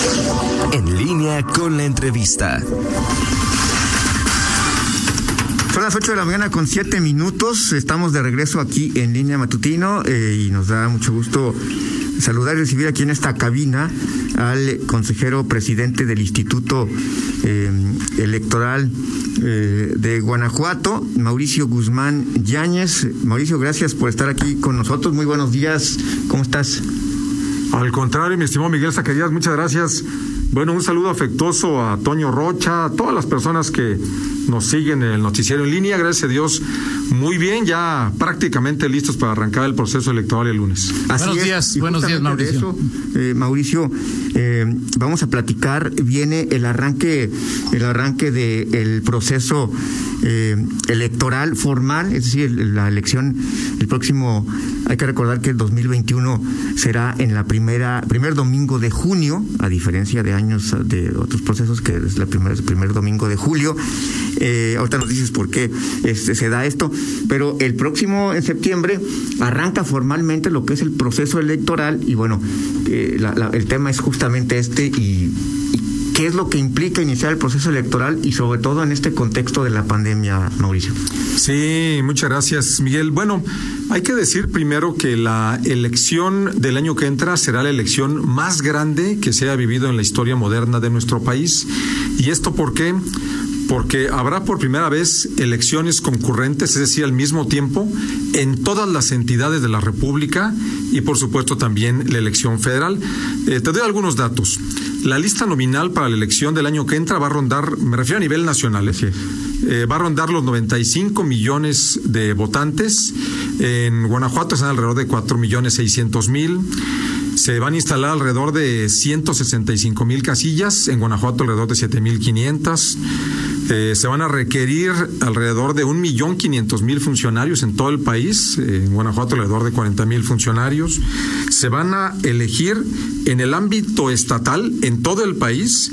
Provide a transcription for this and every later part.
En línea con la entrevista. Son las 8 de la mañana con 7 minutos. Estamos de regreso aquí en Línea Matutino y nos da mucho gusto saludar y recibir aquí en esta cabina al consejero presidente del Instituto Electoral de Guanajuato, Mauricio Guzmán Yáñez. Mauricio, gracias por estar aquí con nosotros. Muy buenos días. ¿Cómo estás? Al contrario, mi estimado Miguel Zacarías, muchas gracias. Bueno, un saludo afectuoso a Toño Rocha, a todas las personas que nos siguen en el noticiero en línea. Gracias a Dios, muy bien, ya prácticamente listos para arrancar el proceso electoral el lunes. Buenos días, Mauricio. Mauricio, vamos a platicar. Viene el arranque del proceso electoral formal, es decir, la elección el próximo. Hay que recordar que el 2021 será en la primer domingo de junio, a diferencia de años de otros procesos que es el primer domingo de julio. Ahorita nos dices por qué se da esto, pero el próximo en septiembre arranca formalmente lo que es el proceso electoral y bueno, el tema es justamente y qué es lo que implica iniciar el proceso electoral y sobre todo en este contexto de la pandemia, Mauricio. Sí, muchas gracias, Miguel. Bueno, hay que decir primero que la elección del año que entra será la elección más grande que se haya vivido en la historia moderna de nuestro país. ¿Y esto por qué? Porque habrá por primera vez elecciones concurrentes, es decir, al mismo tiempo, en todas las entidades de la República y, por supuesto, también la elección federal. Te doy algunos datos. La lista nominal para la elección del año que entra va a rondar, me refiero a nivel nacional, va a rondar los 95 millones de votantes. En Guanajuato están alrededor de 4.600.000. Se van a instalar alrededor de 165,000 casillas, en Guanajuato alrededor de 7,500. Se van a requerir alrededor de 1,500,000 funcionarios en todo el país, en Guanajuato alrededor de 40,000 funcionarios. Se van a elegir en el ámbito estatal, en todo el país,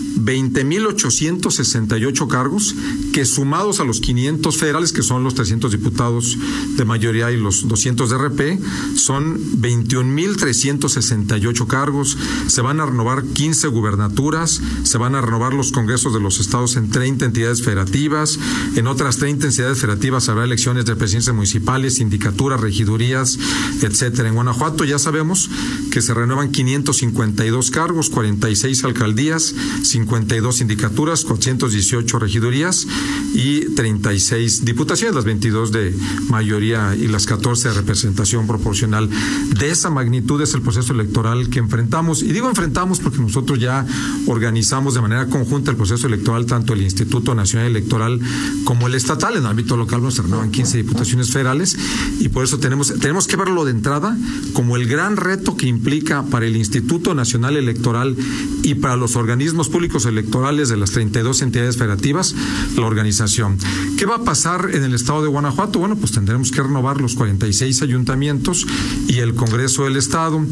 20,868 cargos, que sumados a los 500 federales, que son los 300 diputados de mayoría y los 200 de RP, son 21,368 cargos. Se van a renovar 15 gubernaturas, se van a renovar los congresos de los estados en 30 entidades federativas, en otras 30 entidades federativas habrá elecciones de presidencias municipales, sindicaturas, regidurías, etcétera. En Guanajuato ya sabemos que se renuevan 552 cargos, 46 alcaldías, 52 sindicaturas, 418 regidurías y 36 diputaciones, las 22 de mayoría y las 14 de representación proporcional. De esa magnitud es el proceso electoral que enfrentamos, y digo enfrentamos porque nosotros ya organizamos de manera conjunta el proceso electoral, tanto el Instituto Nacional Electoral como el estatal. En el ámbito local nos renuevan 15 diputaciones federales y por eso tenemos que verlo de entrada como el gran reto que implica para el Instituto Nacional Electoral y para los organismos públicos electorales de las 32 entidades federativas, la organización. ¿Qué va a pasar en el estado de Guanajuato? Bueno, pues tendremos que renovar los 46 ayuntamientos y el Congreso del Estado,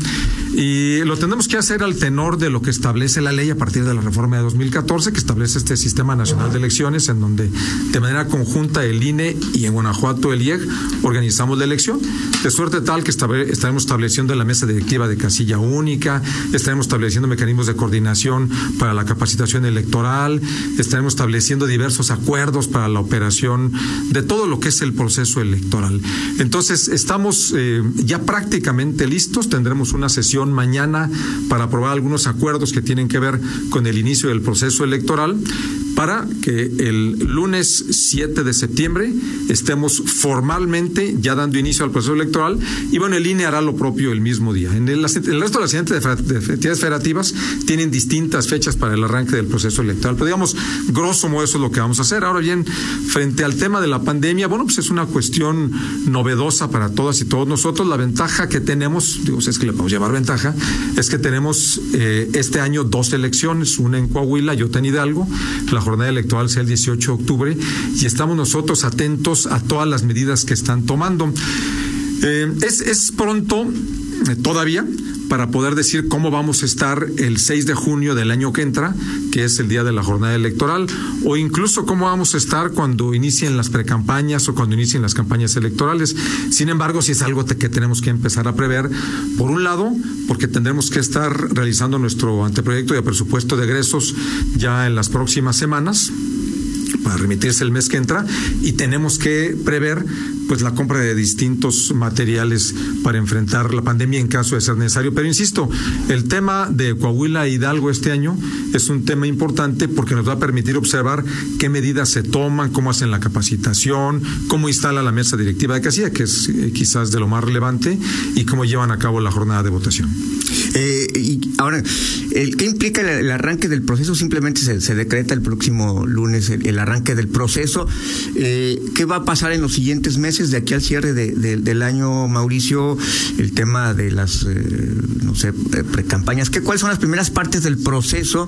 y lo tendremos que hacer al tenor de lo que establece la ley a partir de la reforma de 2014, que establece este Sistema Nacional de Elecciones, en donde de manera conjunta el INE y en Guanajuato el IEG organizamos la elección, de suerte tal que estaremos estableciendo la mesa directiva de casilla única, estaremos estableciendo mecanismos de coordinación para la capacitación electoral, estaremos estableciendo diversos acuerdos para la operación de todo lo que es el proceso electoral. Entonces, estamos ya prácticamente listos. Tendremos una sesión mañana para aprobar algunos acuerdos que tienen que ver con el inicio del proceso electoral, para que el lunes 7 de septiembre estemos formalmente ya dando inicio al proceso electoral, y bueno, el INE hará lo propio el mismo día. El resto de las entidades federativas tienen distintas fechas para el arranque del proceso electoral, pero digamos, grosso modo eso es lo que vamos a hacer. Ahora bien, frente al tema de la pandemia, bueno, pues es una cuestión novedosa para todas y todos nosotros. La ventaja que tenemos, digo, es que le podemos llevar ventaja, es que tenemos este año 2 elecciones, una en Coahuila y otra en Hidalgo. La jornada electoral sea el 18 de octubre y estamos nosotros atentos a todas las medidas que están tomando. Es pronto todavía para poder decir cómo vamos a estar el 6 de junio del año que entra, que es el día de la jornada electoral, o incluso cómo vamos a estar cuando inicien las precampañas o cuando inicien las campañas electorales. Sin embargo, sí es algo que tenemos que empezar a prever, por un lado, porque tendremos que estar realizando nuestro anteproyecto de presupuesto de egresos ya en las próximas semanas, para remitirse el mes que entra, y tenemos que prever pues la compra de distintos materiales para enfrentar la pandemia en caso de ser necesario. Pero insisto, el tema de Coahuila e Hidalgo este año es un tema importante porque nos va a permitir observar qué medidas se toman, cómo hacen la capacitación, cómo instala la mesa directiva de casilla, que es quizás de lo más relevante, y cómo llevan a cabo la jornada de votación. Y ahora, ¿qué implica el arranque del proceso? Simplemente se decreta el próximo lunes el arranque del proceso. ¿Qué va a pasar en los siguientes meses de aquí al cierre del año, Mauricio? El tema de las, precampañas. ¿Cuáles son las primeras partes del proceso,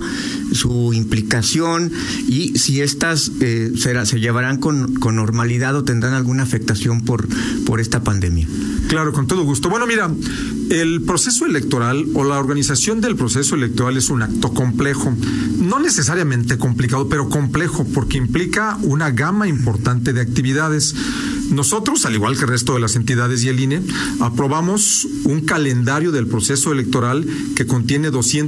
su implicación, y si estas se llevarán con normalidad o tendrán alguna afectación por esta pandemia? Claro, con todo gusto. Bueno, mira, el proceso electoral o la organización del proceso electoral es un acto complejo, no necesariamente complicado, pero complejo, porque implica una gama importante de actividades. Nosotros, al igual que el resto de las entidades y el INE, aprobamos un calendario del proceso electoral que contiene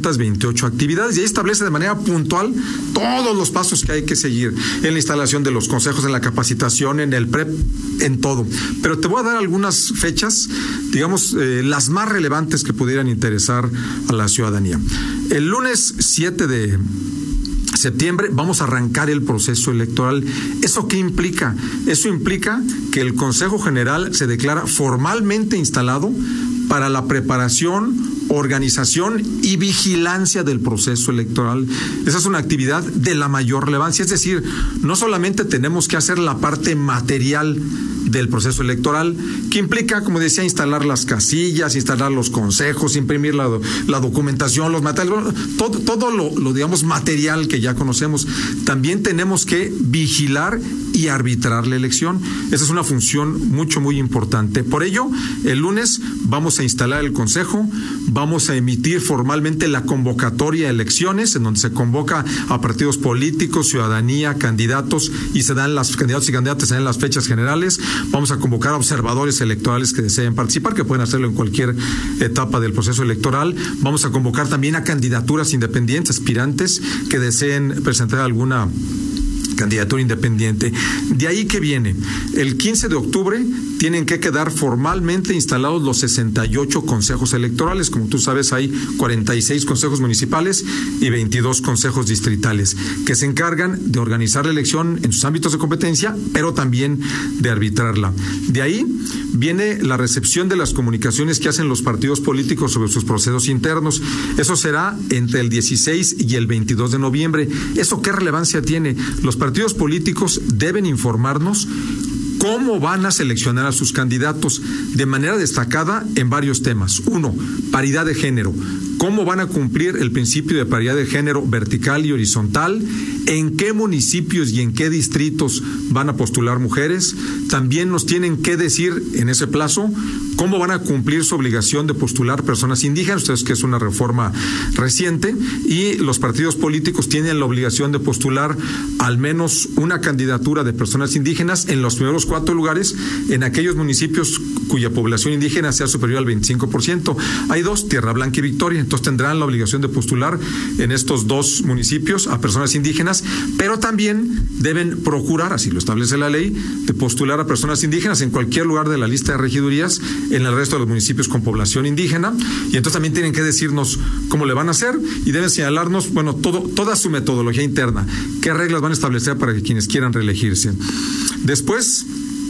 228 actividades y ahí establece de manera puntual todos los pasos que hay que seguir en la instalación de los consejos, en la capacitación, en el PREP, en todo. Pero te voy a dar algunas fechas, digamos, las más relevantes que pudieran interesar a la ciudadanía. El lunes 7 de septiembre vamos a arrancar el proceso electoral. ¿Eso qué implica? Eso implica que el Consejo General se declara formalmente instalado para la preparación, organización y vigilancia del proceso electoral. Esa es una actividad de la mayor relevancia, es decir, no solamente tenemos que hacer la parte material del proceso electoral, que implica, como decía, instalar las casillas, instalar los consejos, imprimir la documentación, los materiales, todo lo digamos material que ya conocemos. También tenemos que vigilar y arbitrar la elección. Esa es una función muy importante. Por ello, el lunes vamos a instalar el consejo, vamos a emitir formalmente la convocatoria a elecciones, en donde se convoca a partidos políticos, ciudadanía, candidatos, y se dan las candidatos y candidatas, se dan las fechas generales. Vamos a convocar a observadores electorales que deseen participar, que pueden hacerlo en cualquier etapa del proceso electoral. Vamos a convocar también a candidaturas independientes, aspirantes que deseen presentar alguna candidatura independiente. De ahí que viene, el 15 de octubre tienen que quedar formalmente instalados los 68 consejos electorales. Como tú sabes, hay 46 consejos municipales y 22 consejos distritales que se encargan de organizar la elección en sus ámbitos de competencia, pero también de arbitrarla. De ahí viene la recepción de las comunicaciones que hacen los partidos políticos sobre sus procesos internos. Eso será entre el 16 y el 22 de noviembre. ¿Eso qué relevancia tiene? Los partidos políticos deben informarnos cómo van a seleccionar a sus candidatos de manera destacada en varios temas. 1, paridad de género. ¿Cómo van a cumplir el principio de paridad de género vertical y horizontal? ¿En qué municipios y en qué distritos van a postular mujeres? También nos tienen que decir en ese plazo cómo van a cumplir su obligación de postular personas indígenas. Ustedes que es una reforma reciente, y los partidos políticos tienen la obligación de postular al menos una candidatura de personas indígenas en los primeros 4 lugares en aquellos municipios cuya población indígena sea superior al 25%. Hay 2, Tierra Blanca y Victoria. Entonces tendrán la obligación de postular en estos 2 municipios a personas indígenas, pero también deben procurar, así lo establece la ley, de postular a personas indígenas en cualquier lugar de la lista de regidurías en el resto de los municipios con población indígena. Y entonces también tienen que decirnos cómo le van a hacer y deben señalarnos, toda su metodología interna, qué reglas van a establecer para que quienes quieran reelegirse. Después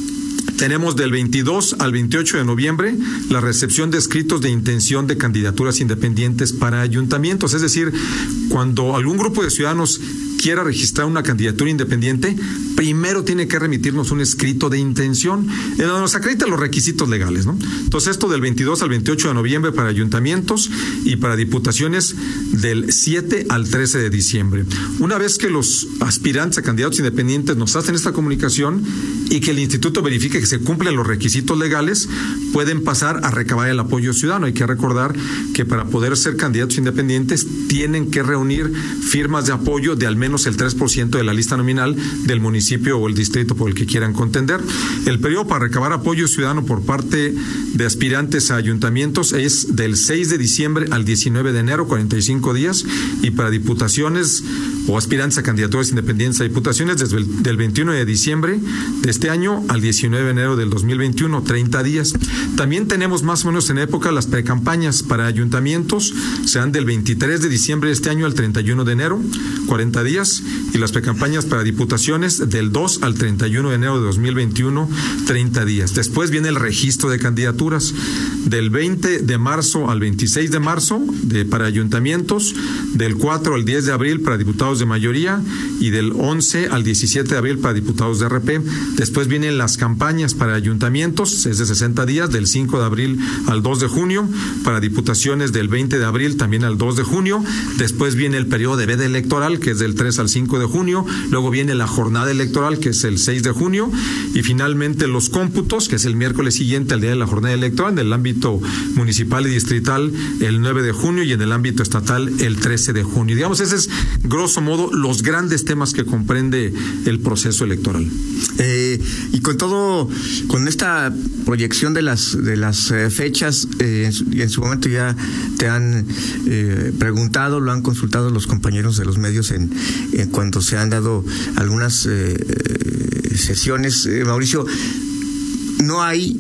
tenemos del 22 al 28 de noviembre la recepción de escritos de intención de candidaturas independientes para ayuntamientos. Es decir, cuando algún grupo de ciudadanos quiera registrar una candidatura independiente, primero tiene que remitirnos un escrito de intención en donde nos acredita los requisitos legales, ¿no? Entonces, esto del 22 al 28 de noviembre para ayuntamientos y para diputaciones del 7 al 13 de diciembre. Una vez que los aspirantes a candidatos independientes nos hacen esta comunicación y que el instituto verifique que se cumplen los requisitos legales, pueden pasar a recabar el apoyo ciudadano. Hay que recordar que para poder ser candidatos independientes tienen que reunir firmas de apoyo de al menos el 3% de la lista nominal del municipio o el distrito por el que quieran contender. El periodo para recabar apoyo ciudadano por parte de aspirantes a ayuntamientos es del 6 de diciembre al 19 de enero, 45 días, y para diputaciones o aspirantes a candidaturas independientes a diputaciones desde del 21 de diciembre de este año al 19 de enero del 2021, 30 días. También tenemos más o menos en época las precampañas para ayuntamientos, serán del 23 de diciembre de este año al 31 de enero, 40 días, y las precampañas para diputaciones del 2 al 31 de enero de 2021, 30 días. Después viene el registro de candidaturas del 20 de marzo al 26 de marzo para ayuntamientos, del 4 al 10 de abril para diputados de mayoría y del 11 al 17 de abril para diputados de RP. Después vienen las campañas para ayuntamientos, es de 60 días, del 5 de abril al 2 de junio, para diputaciones del 20 de abril también al 2 de junio. Después viene el periodo de veda electoral, que es del 3 al 5 de junio. Luego viene la jornada electoral, que es el 6 de junio. Y finalmente los cómputos, que es el miércoles siguiente al día de la jornada electoral, en el ámbito municipal y distrital el 9 de junio y en el ámbito estatal el 13 de junio. Digamos, ese es grosso modo los grandes temas que comprende el proceso electoral. Y con esta proyección de las fechas, y en su momento ya te han preguntado, lo han consultado los compañeros de los medios en cuanto se han dado algunas sesiones, Mauricio. No hay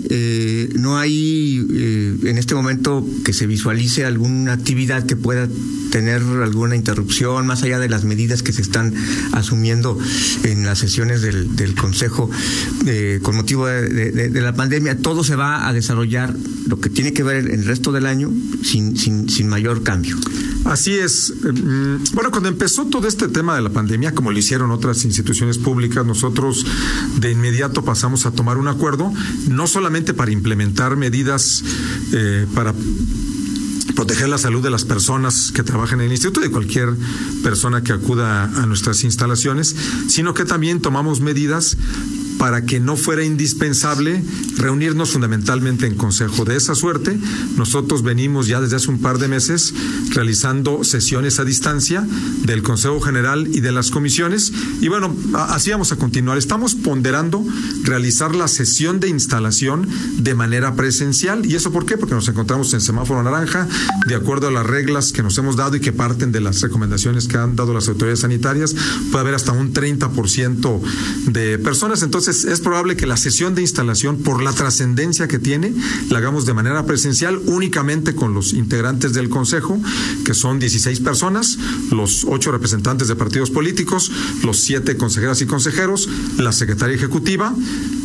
en este momento que se visualice alguna actividad que pueda tener alguna interrupción, más allá de las medidas que se están asumiendo en las sesiones del Consejo con motivo de la pandemia. Todo se va a desarrollar lo que tiene que ver el resto del año sin mayor cambio. Así es. Bueno, cuando empezó todo este tema de la pandemia, como lo hicieron otras instituciones públicas, nosotros de inmediato pasamos a tomar un acuerdo, no solamente para implementar medidas para proteger la salud de las personas que trabajan en el instituto y de cualquier persona que acuda a nuestras instalaciones, sino que también tomamos medidas para que no fuera indispensable reunirnos fundamentalmente en consejo. De esa suerte, nosotros venimos ya desde hace un par de meses realizando sesiones a distancia del Consejo General y de las comisiones, y bueno, así vamos a continuar. Estamos ponderando realizar la sesión de instalación de manera presencial. ¿Y eso por qué? Porque nos encontramos en semáforo naranja, de acuerdo a las reglas que nos hemos dado y que parten de las recomendaciones que han dado las autoridades sanitarias. Puede haber hasta un 30% de personas. Entonces, es probable que la sesión de instalación, por la trascendencia que tiene, la hagamos de manera presencial, únicamente con los integrantes del Consejo, que son 16 personas, los 8 representantes de partidos políticos, los 7 consejeras y consejeros, la secretaria ejecutiva.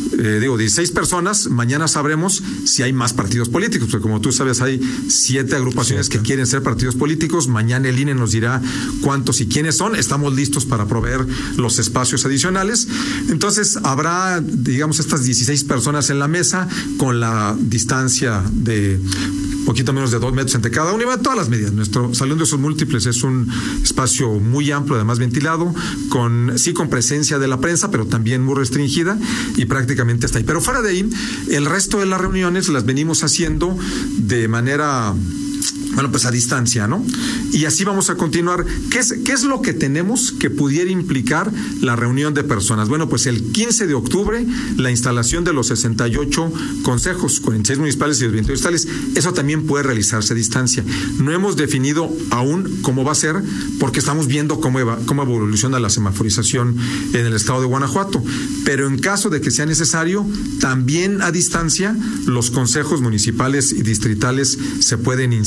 16 personas. Mañana sabremos si hay más partidos políticos, porque como tú sabes, hay 7 agrupaciones que quieren ser partidos políticos. Mañana el INE nos dirá cuántos y quiénes son. Estamos listos para proveer los espacios adicionales. Entonces habrá, digamos, estas 16 personas en la mesa, con la distancia de poquito menos de 2 metros entre cada uno, y va todas las medidas. Nuestro salón de usos múltiples es un espacio muy amplio, además ventilado, con presencia de la prensa, pero también muy restringida, y prácticamente está ahí. Pero fuera de ahí, el resto de las reuniones las venimos haciendo de manera, pues a distancia, ¿no? Y así vamos a continuar. ¿Qué es lo que tenemos que pudiera implicar la reunión de personas? Bueno, pues el 15 de octubre, la instalación de los 68 consejos, 46 municipales y los 28 estatales. Eso también puede realizarse a distancia. No hemos definido aún cómo va a ser, porque estamos viendo cómo evoluciona la semaforización en el estado de Guanajuato. Pero en caso de que sea necesario, también a distancia, los consejos municipales y distritales se pueden instalar.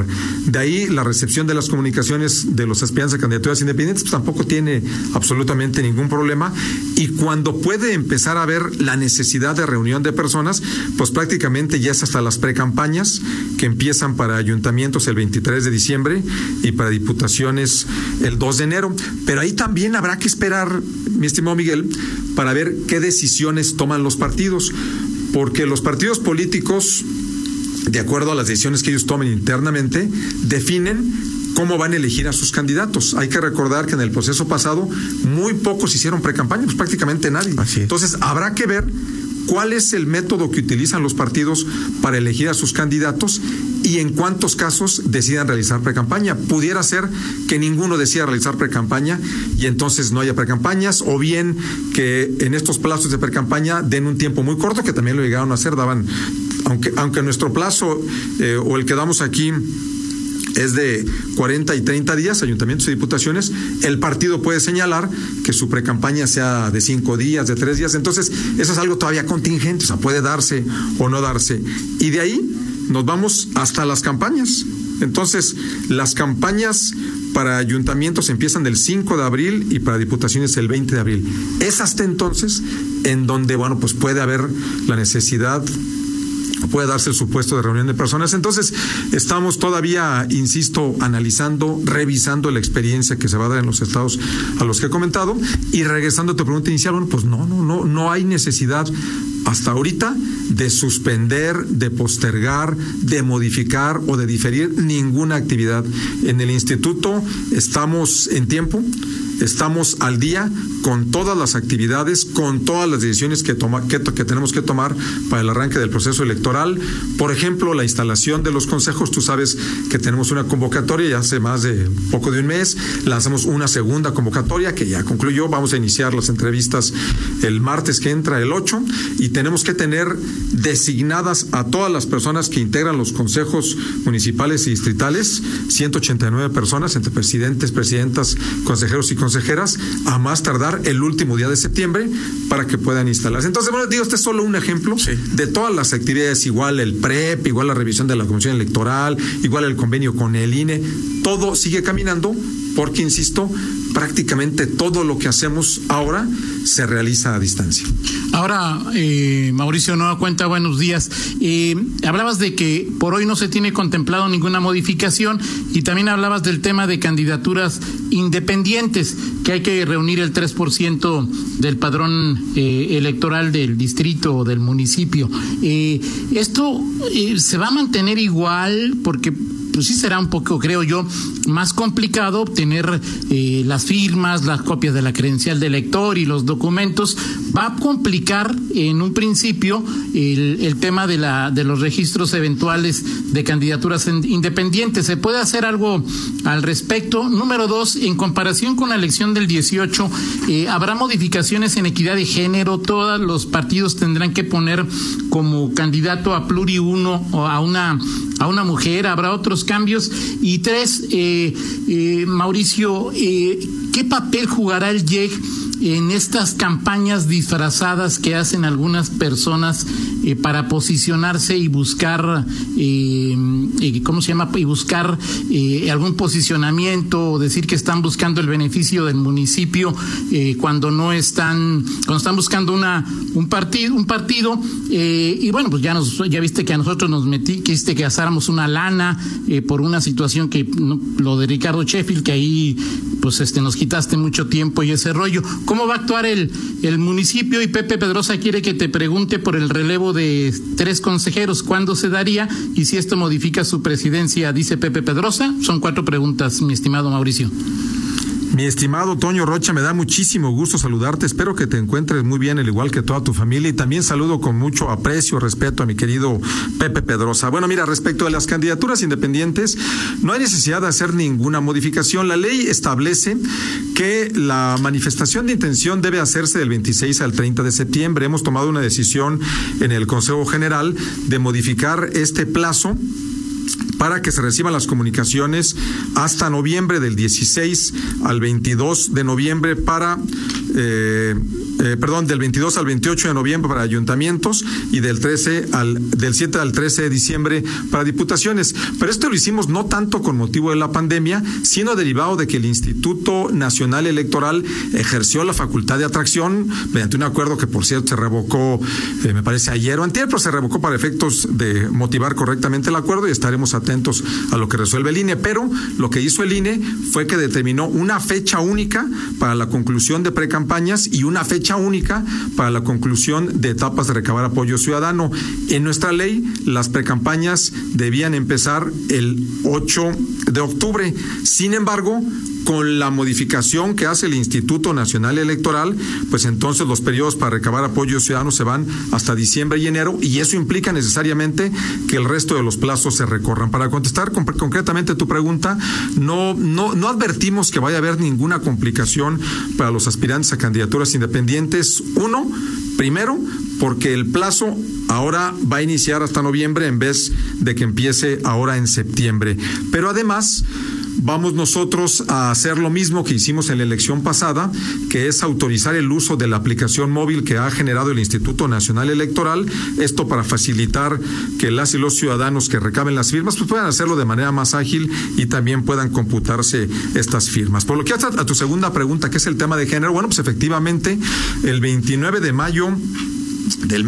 lugar. De ahí la recepción de las comunicaciones de los aspirantes a candidaturas independientes pues tampoco tiene absolutamente ningún problema, y cuando puede empezar a ver la necesidad de reunión de personas, pues prácticamente ya es hasta las precampañas que empiezan para ayuntamientos el 23 de diciembre y para diputaciones el 2 de enero. Pero ahí también habrá que esperar, mi estimado Miguel, para ver qué decisiones toman los partidos, porque los partidos políticos, de acuerdo a las decisiones que ellos tomen internamente, definen cómo van a elegir a sus candidatos. Hay que recordar que en el proceso pasado muy pocos hicieron precampaña, pues prácticamente nadie. Entonces habrá que ver cuál es el método que utilizan los partidos para elegir a sus candidatos y en cuántos casos decidan realizar precampaña. Pudiera ser que ninguno decida realizar precampaña y entonces no haya precampañas, o bien que en estos plazos de precampaña den un tiempo muy corto, que también lo llegaron a hacer, aunque nuestro plazo o el que damos aquí es de 40 y 30 días, ayuntamientos y diputaciones, el partido puede señalar que su precampaña sea de 5 días, de 3 días, entonces eso es algo todavía contingente, o sea, puede darse o no darse. Y de ahí nos vamos hasta las campañas. Entonces, las campañas para ayuntamientos empiezan del 5 de abril y para diputaciones el 20 de abril. Es hasta entonces en donde, bueno, pues puede haber la necesidad, puede darse el supuesto de reunión de personas. Entonces, estamos todavía, insisto, analizando, revisando la experiencia que se va a dar en los estados a los que he comentado. Y regresando a tu pregunta inicial, bueno, pues no hay necesidad hasta ahorita de suspender, de postergar, de modificar o de diferir ninguna actividad. En el instituto estamos en tiempo, estamos al día con todas las actividades, con todas las decisiones que tenemos que tomar para el arranque del proceso electoral. Por ejemplo, la instalación de los consejos. Tú sabes que tenemos una convocatoria ya hace más de poco de un mes. Lanzamos una segunda convocatoria que ya concluyó. Vamos a iniciar las entrevistas el martes que entra, el 8, y tenemos que tener designadas a todas las personas que integran los consejos municipales y distritales, 189 personas, entre presidentes, presidentas, consejeros y consejeras, a más tardar el último día de septiembre para que puedan instalarse. Entonces, bueno, digo, este es solo un ejemplo de todas las actividades, igual el PREP, igual la revisión de la Comisión Electoral, igual el convenio con el INE, todo sigue caminando porque, insisto, prácticamente todo lo que hacemos ahora se realiza a distancia. Ahora, Mauricio Nueva Cuenta, buenos días. Hablabas de que por hoy no se tiene contemplado ninguna modificación y también hablabas del tema de candidaturas independientes, que hay que reunir el 3% del padrón electoral del distrito o del municipio. ¿Esto se va a mantener igual? Porque pues sí será un poco, creo yo, más complicado obtener las firmas, las copias de la credencial de elector y los documentos. Va a complicar en un principio el tema de los registros eventuales de candidaturas independientes. ¿Se puede hacer algo al respecto? Número 2, en comparación con la elección del 18, ¿habrá modificaciones en equidad de género? ¿Todos los partidos tendrán que poner como candidato a pluri uno o a una mujer? ¿Habrá otros cambios? Y 3, Mauricio, ¿qué papel jugará el IEG en estas campañas disfrazadas que hacen algunas personas para posicionarse y buscar, ¿cómo se llama? Y buscar algún posicionamiento o decir que están buscando el beneficio del municipio cuando están buscando un partido y bueno, pues ya viste que a nosotros quisiste que gastáramos una lana por una situación que lo de Ricardo Sheffield, que ahí pues nos quitaste mucho tiempo y ese rollo. ¿Cómo va a actuar el municipio? Y Pepe Pedrosa quiere que te pregunte por el relevo de 3 consejeros, ¿cuándo se daría? Y si esto modifica su presidencia, dice Pepe Pedrosa. Son 4 preguntas, mi estimado Mauricio. Mi estimado Toño Rocha, me da muchísimo gusto saludarte. Espero que te encuentres muy bien, al igual que toda tu familia. Y también saludo con mucho aprecio, respeto a mi querido Pepe Pedrosa. Bueno, mira, respecto a las candidaturas independientes, no hay necesidad de hacer ninguna modificación. La ley establece que la manifestación de intención debe hacerse del 26 al 30 de septiembre. Hemos tomado una decisión en el Consejo General de modificar este plazo para que se reciban las comunicaciones hasta noviembre, del 16 al 22 de noviembre, para del 22 al 28 de noviembre para ayuntamientos y del 7 al 13 de diciembre para diputaciones. Pero esto lo hicimos no tanto con motivo de la pandemia, sino derivado de que el Instituto Nacional Electoral ejerció la facultad de atracción mediante un acuerdo que, por cierto, se revocó, me parece ayer o antier, pero se revocó para efectos de motivar correctamente el acuerdo, y estaremos atentos a lo que resuelve el INE. Pero lo que hizo el INE fue que determinó una fecha única para la conclusión de precampañas y una fecha única para la conclusión de etapas de recabar apoyo ciudadano. En nuestra ley, las precampañas debían empezar el 8 de octubre. Sin embargo, con la modificación que hace el Instituto Nacional Electoral, pues entonces los periodos para recabar apoyo ciudadano se van hasta diciembre y enero, y eso implica necesariamente que el resto de los plazos se recorran. Para contestar concretamente tu pregunta, no advertimos que vaya a haber ninguna complicación para los aspirantes a candidaturas independientes. Primero, porque el plazo ahora va a iniciar hasta noviembre en vez de que empiece ahora en septiembre. Pero además, vamos nosotros a hacer lo mismo que hicimos en la elección pasada, que es autorizar el uso de la aplicación móvil que ha generado el Instituto Nacional Electoral, esto para facilitar que las y los ciudadanos que recaben las firmas pues puedan hacerlo de manera más ágil y también puedan computarse estas firmas. Por lo que a tu segunda pregunta, que es el tema de género, bueno, pues efectivamente el 29 de mayo del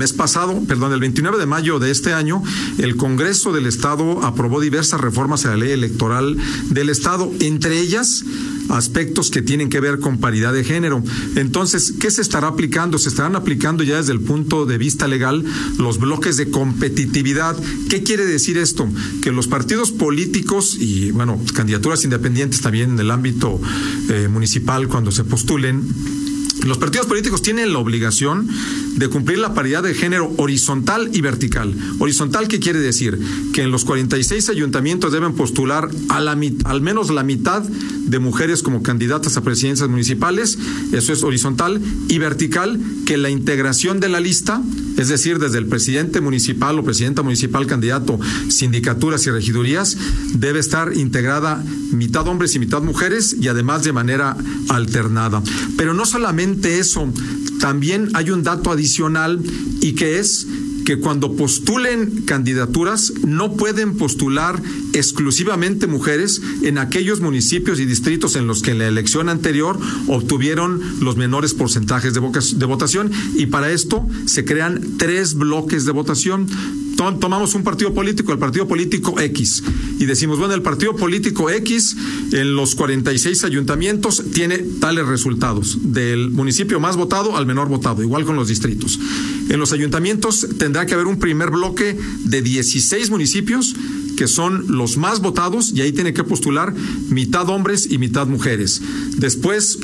29 de mayo de este año, el Congreso del Estado aprobó diversas reformas a la ley electoral del Estado, entre ellas aspectos que tienen que ver con paridad de género. Entonces, ¿qué se estará aplicando? Se estarán aplicando ya desde el punto de vista legal los bloques de competitividad. ¿Qué quiere decir esto? Que los partidos políticos y, bueno, candidaturas independientes también en el ámbito municipal, cuando se postulen, los partidos políticos tienen la obligación de cumplir la paridad de género horizontal y vertical. Horizontal, ¿qué quiere decir? Que en los 46 ayuntamientos deben postular al menos la mitad de mujeres como candidatas a presidencias municipales, eso es horizontal, y vertical, que la integración de la lista, es decir, desde el presidente municipal o presidenta municipal, candidato, sindicaturas y regidurías, debe estar integrada mitad hombres y mitad mujeres, y además de manera alternada. Pero no solamente eso, también hay un dato adicional, y que es que cuando postulen candidaturas no pueden postular exclusivamente mujeres en aquellos municipios y distritos en los que en la elección anterior obtuvieron los menores porcentajes de votación, y para esto se crean 3 bloques de votación. Tomamos un partido político, el partido político X, y decimos, bueno, el partido político X en los 46 ayuntamientos tiene tales resultados, del municipio más votado al menor votado, igual con los distritos. En los ayuntamientos tendrá que haber un primer bloque de 16 municipios que son los más votados, y ahí tiene que postular mitad hombres y mitad mujeres. Después,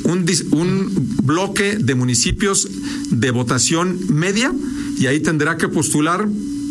un bloque de municipios de votación media, y ahí tendrá que postular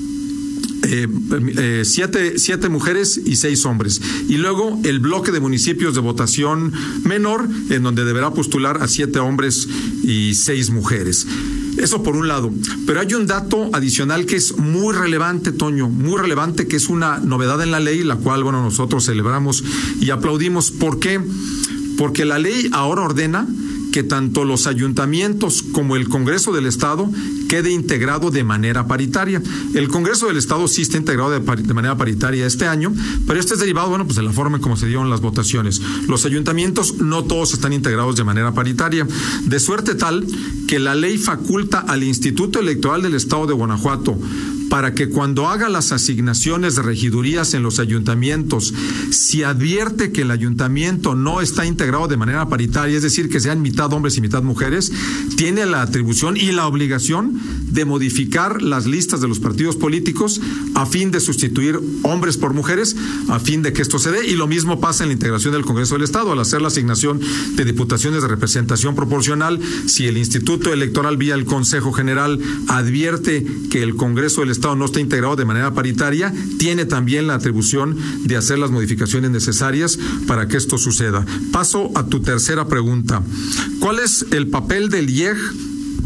7 mujeres y 6 hombres. Y luego el bloque de municipios de votación menor, en donde deberá postular a 7 hombres y 6 mujeres. Eso por un lado. Pero hay un dato adicional que es muy relevante, Toño, muy relevante, que es una novedad en la ley, la cual, bueno, nosotros celebramos y aplaudimos. ¿Por qué? Porque la ley ahora ordena que tanto los ayuntamientos como el Congreso del Estado quede integrado de manera paritaria. El Congreso del Estado sí está integrado de manera paritaria este año, pero este es derivado, bueno, pues de la forma en cómo se dieron las votaciones. Los ayuntamientos no todos están integrados de manera paritaria, de suerte tal que la ley faculta al Instituto Electoral del Estado de Guanajuato para que cuando haga las asignaciones de regidurías en los ayuntamientos, si advierte que el ayuntamiento no está integrado de manera paritaria, es decir, que sean mitad hombres y mitad mujeres, tiene la atribución y la obligación de modificar las listas de los partidos políticos a fin de sustituir hombres por mujeres, a fin de que esto se dé. Y lo mismo pasa en la integración del Congreso del Estado. Al hacer la asignación de diputaciones de representación proporcional, si el Instituto Electoral vía el Consejo General advierte que el Congreso del Estado no está integrado de manera paritaria, tiene también la atribución de hacer las modificaciones necesarias para que esto suceda. Paso a tu tercera pregunta. ¿Cuál es el papel del IEG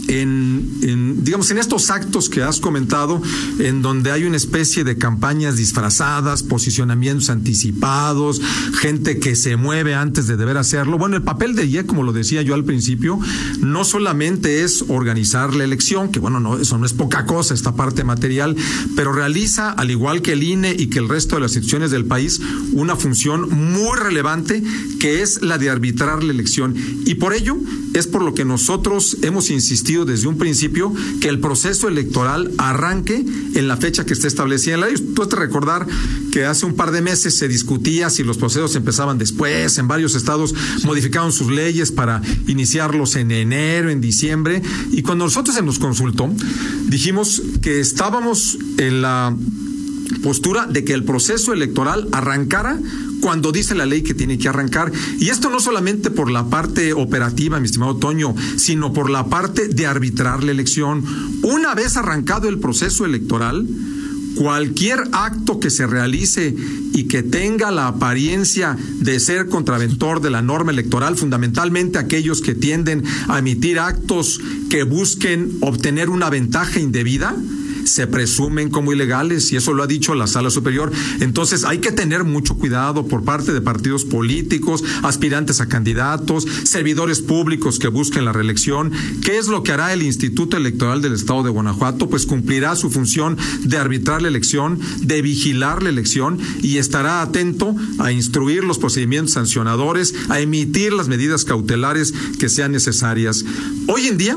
digamos, en estos actos que has comentado, en donde hay una especie de campañas disfrazadas, posicionamientos anticipados, gente que se mueve antes de deber hacerlo. Bueno, el papel de IEC, como lo decía yo al principio, no solamente es organizar la elección, que bueno, no, eso no es poca cosa, esta parte material, pero realiza, al igual que el INE y que el resto de las instituciones del país, una función muy relevante, que es la de arbitrar la elección. Y por ello es por lo que nosotros hemos insistido desde un principio que el proceso electoral arranque en la fecha que esté establecida en la ley. Tú has de recordar que hace un par de meses se discutía si los procesos empezaban después, en varios estados modificaron sus leyes para iniciarlos en enero, en diciembre, y cuando nosotros se nos consultó, dijimos que estábamos en la postura de que el proceso electoral arrancara cuando dice la ley que tiene que arrancar, y esto no solamente por la parte operativa, mi estimado Toño, sino por la parte de arbitrar la elección. Una vez arrancado el proceso electoral, cualquier acto que se realice y que tenga la apariencia de ser contraventor de la norma electoral, fundamentalmente aquellos que tienden a emitir actos que busquen obtener una ventaja indebida, se presumen como ilegales, y eso lo ha dicho la Sala Superior. Entonces hay que tener mucho cuidado por parte de partidos políticos, aspirantes a candidatos, servidores públicos que busquen la reelección. ¿Qué es lo que hará el Instituto Electoral del Estado de Guanajuato? Pues cumplirá su función de arbitrar la elección, de vigilar la elección, y estará atento a instruir los procedimientos sancionadores, a emitir las medidas cautelares que sean necesarias. Hoy en día,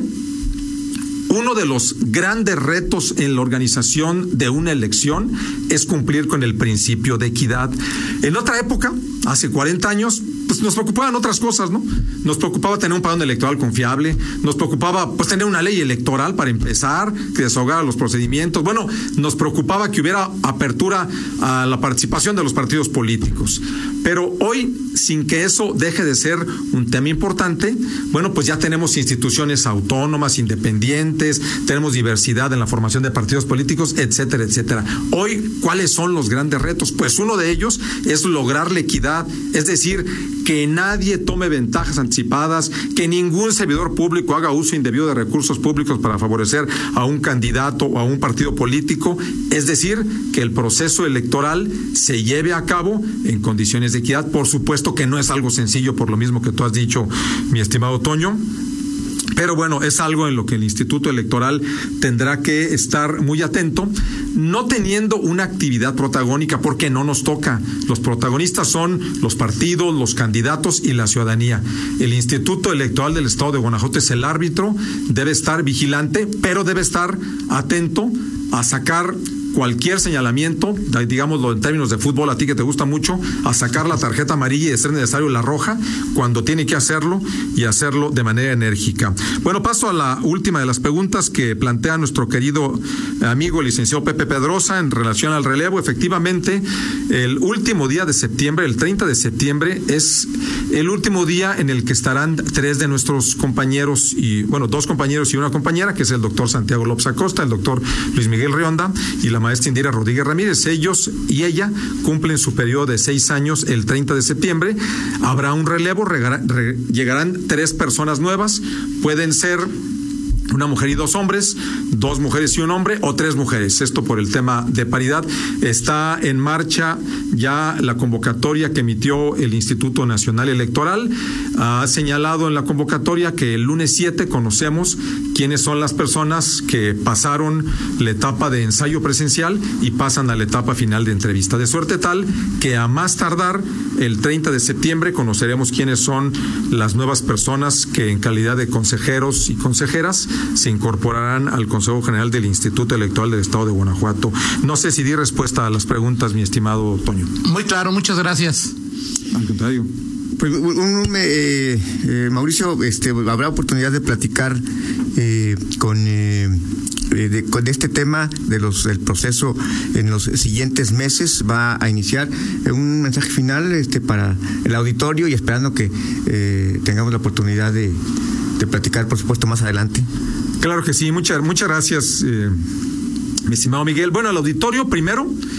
uno de los grandes retos en la organización de una elección es cumplir con el principio de equidad. En otra época, hace 40 años, pues nos preocupaban otras cosas, ¿no? Nos preocupaba tener un padrón electoral confiable, nos preocupaba pues tener una ley electoral para empezar, que desahogara los procedimientos. Bueno, nos preocupaba que hubiera apertura a la participación de los partidos políticos. Pero hoy, sin que eso deje de ser un tema importante, bueno, pues ya tenemos instituciones autónomas, independientes, tenemos diversidad en la formación de partidos políticos, etcétera, etcétera. Hoy, ¿cuáles son los grandes retos? Pues uno de ellos es lograr la equidad, es decir, que nadie tome ventajas anticipadas, que ningún servidor público haga uso indebido de recursos públicos para favorecer a un candidato o a un partido político, es decir, que el proceso electoral se lleve a cabo en condiciones de equidad. Por supuesto que no es algo sencillo, por lo mismo que tú has dicho, mi estimado Toño, pero bueno, es algo en lo que el Instituto Electoral tendrá que estar muy atento, no teniendo una actividad protagónica, porque no nos toca. Los protagonistas son los partidos, los candidatos y la ciudadanía. El Instituto Electoral del Estado de Guanajuato es el árbitro, debe estar vigilante, pero debe estar atento a sacar cualquier señalamiento, digámoslo en términos de fútbol, a ti que te gusta mucho, a sacar la tarjeta amarilla y, de ser necesario, la roja cuando tiene que hacerlo, y hacerlo de manera enérgica. Bueno, paso a la última de las preguntas que plantea nuestro querido amigo el licenciado Pepe Pedrosa en relación al relevo. Efectivamente, el último día de septiembre, el 30 de septiembre, es el último día en el que estarán 3 de nuestros compañeros, y bueno, 2 compañeros y una compañera, que es el doctor Santiago López Acosta, el doctor Luis Miguel Rionda y la maestra Indira Rodríguez Ramírez. Ellos y ella cumplen su periodo de 6 años el 30 de septiembre. Habrá un relevo, llegarán 3 personas nuevas, pueden ser una mujer y 2 hombres, 2 mujeres y un hombre, o 3 mujeres. Esto por el tema de paridad. Está en marcha ya la convocatoria que emitió el Instituto Nacional Electoral. Ha señalado en la convocatoria que el lunes 7 conocemos quiénes son las personas que pasaron la etapa de ensayo presencial y pasan a la etapa final de entrevista. De suerte tal que a más tardar el 30 de septiembre conoceremos quiénes son las nuevas personas que, en calidad de consejeros y consejeras, se incorporarán al Consejo General del Instituto Electoral del Estado de Guanajuato. No sé si di respuesta a las preguntas, mi estimado Toño. Muy claro, muchas gracias. Al contrario. Pues, Mauricio, habrá oportunidad de platicar con este tema del proceso en los siguientes meses. Va a iniciar un mensaje final para el auditorio, y esperando que tengamos la oportunidad de platicar, por supuesto, más adelante. Claro que sí, muchas gracias, mi estimado Miguel. Bueno, al auditorio, primero,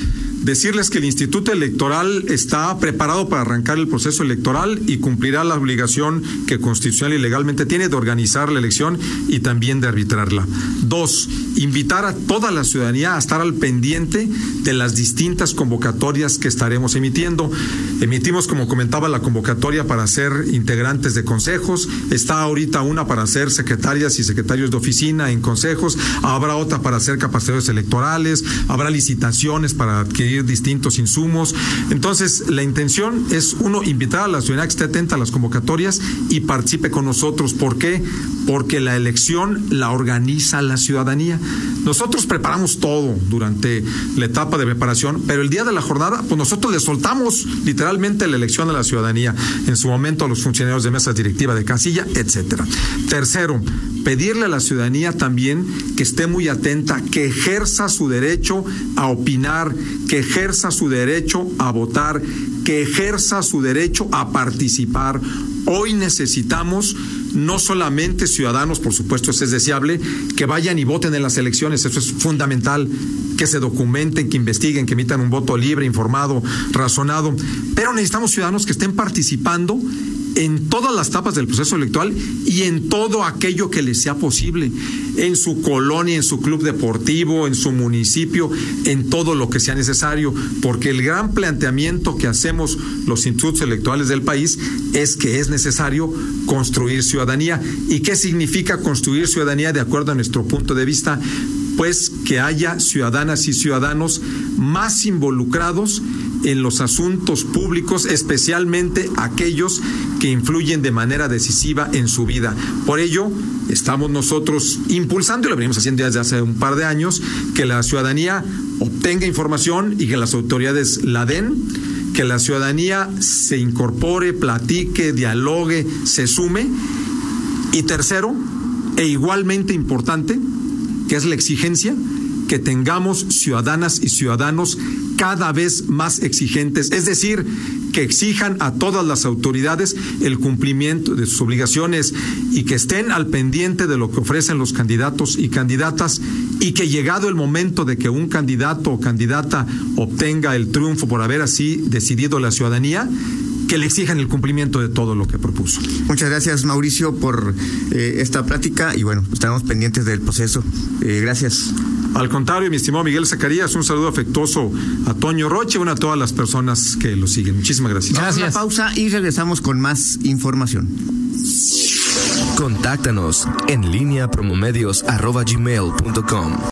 decirles que el Instituto Electoral está preparado para arrancar el proceso electoral y cumplirá la obligación que constitucional y legalmente tiene de organizar la elección y también de arbitrarla. 2, invitar a toda la ciudadanía a estar al pendiente de las distintas convocatorias que estaremos emitiendo. Emitimos, como comentaba, la convocatoria para ser integrantes de consejos. Está ahorita una para ser secretarias y secretarios de oficina en consejos. Habrá otra para ser capacitadores electorales. Habrá licitaciones para adquirir distintos insumos. Entonces, la intención es, uno, invitar a la ciudadanía que esté atenta a las convocatorias y participe con nosotros. ¿Por qué? Porque la elección la organiza la ciudadanía. Nosotros preparamos todo durante la etapa de preparación, pero el día de la jornada, pues nosotros le soltamos literalmente la elección a la ciudadanía, en su momento a los funcionarios de mesas directivas de casilla, etcétera. Tercero, pedirle a la ciudadanía también que esté muy atenta, que ejerza su derecho a opinar, que ejerza su derecho a votar, que ejerza su derecho a participar. Hoy necesitamos no solamente ciudadanos, por supuesto eso es deseable, que vayan y voten en las elecciones, eso es fundamental, que se documenten, que investiguen, que emitan un voto libre, informado, razonado, pero necesitamos ciudadanos que estén participando en todas las etapas del proceso electoral y en todo aquello que les sea posible, en su colonia, en su club deportivo, en su municipio, en todo lo que sea necesario, porque el gran planteamiento que hacemos los institutos electorales del país es que es necesario construir ciudadanía. ¿Y qué significa construir ciudadanía de acuerdo a nuestro punto de vista? Pues que haya ciudadanas y ciudadanos más involucrados en los asuntos públicos, especialmente aquellos que influyen de manera decisiva en su vida. Por ello, estamos nosotros impulsando, y lo venimos haciendo desde hace un par de años, que la ciudadanía obtenga información y que las autoridades la den, que la ciudadanía se incorpore, platique, dialogue, se sume. Y tercero, e igualmente importante, que es la exigencia, que tengamos ciudadanas y ciudadanos cada vez más exigentes, es decir, que exijan a todas las autoridades el cumplimiento de sus obligaciones y que estén al pendiente de lo que ofrecen los candidatos y candidatas, y que llegado el momento de que un candidato o candidata obtenga el triunfo por haber así decidido la ciudadanía, que le exijan el cumplimiento de todo lo que propuso. Muchas gracias, Mauricio, por esta plática y bueno, estaremos pendientes del proceso. Gracias. Al contrario, mi estimado Miguel Zacarías, un saludo afectuoso a Toño Rocha y a todas las personas que lo siguen. Muchísimas gracias. Vamos a una pausa y regresamos con más información. Contáctanos en línea promomedios@gmail.com.